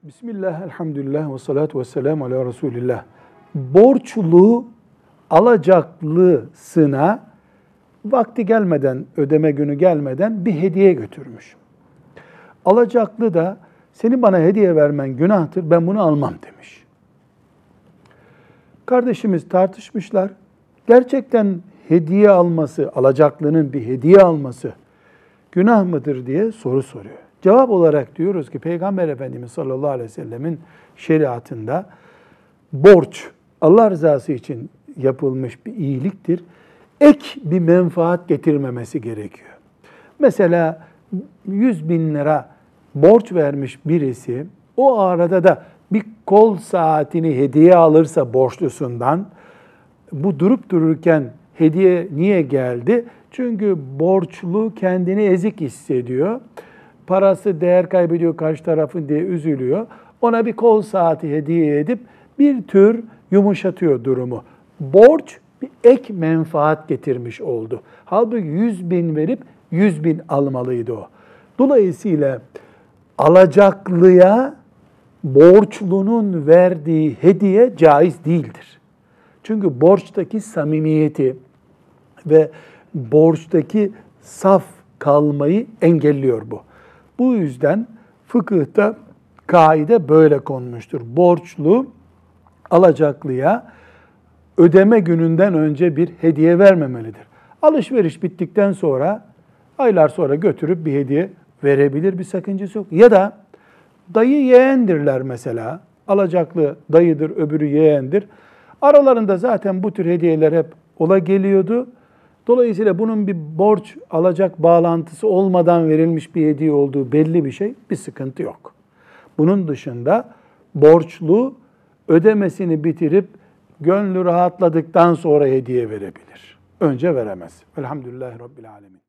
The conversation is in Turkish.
Bismillah, elhamdülillah ve salatu ve selamu ala Resulillah. Borçlu alacaklısına vakti gelmeden, ödeme günü gelmeden bir hediye götürmüş. Alacaklı da senin bana hediye vermen günahtır, ben bunu almam demiş. Kardeşimiz tartışmışlar. Gerçekten hediye alması, alacaklının bir hediye alması günah mıdır diye soru soruyor. Cevap olarak diyoruz ki Peygamber Efendimiz sallallahu aleyhi ve sellemin şeriatında borç Allah rızası için yapılmış bir iyiliktir. Ek bir menfaat getirmemesi gerekiyor. Mesela 100 bin lira borç vermiş birisi o arada da bir kol saatini hediye alırsa borçlusundan, bu durup dururken hediye niye geldi? Çünkü borçlu kendini ezik hissediyor. Parası değer kaybediyor karşı tarafın diye üzülüyor. Ona bir kol saati hediye edip bir tür yumuşatıyor durumu. Borç bir ek menfaat getirmiş oldu. Halbuki 100 bin verip 100 bin almalıydı o. Dolayısıyla alacaklıya borçlunun verdiği hediye caiz değildir. Çünkü borçtaki samimiyeti ve borçtaki saf kalmayı engelliyor bu. Bu yüzden fıkıhta kaide böyle konmuştur. Borçlu alacaklıya ödeme gününden önce bir hediye vermemelidir. Alışveriş bittikten sonra, aylar sonra götürüp bir hediye verebilir, bir sakıncası yok. Ya da dayı yeğendirler mesela. Alacaklı dayıdır, öbürü yeğendir. Aralarında zaten bu tür hediyeler hep ola geliyordu. Dolayısıyla bunun bir borç alacak bağlantısı olmadan verilmiş bir hediye olduğu belli bir şey, bir sıkıntı yok. Bunun dışında borçlu ödemesini bitirip gönlü rahatladıktan sonra hediye verebilir. Önce veremez. Elhamdülillahi Rabbil Alemin.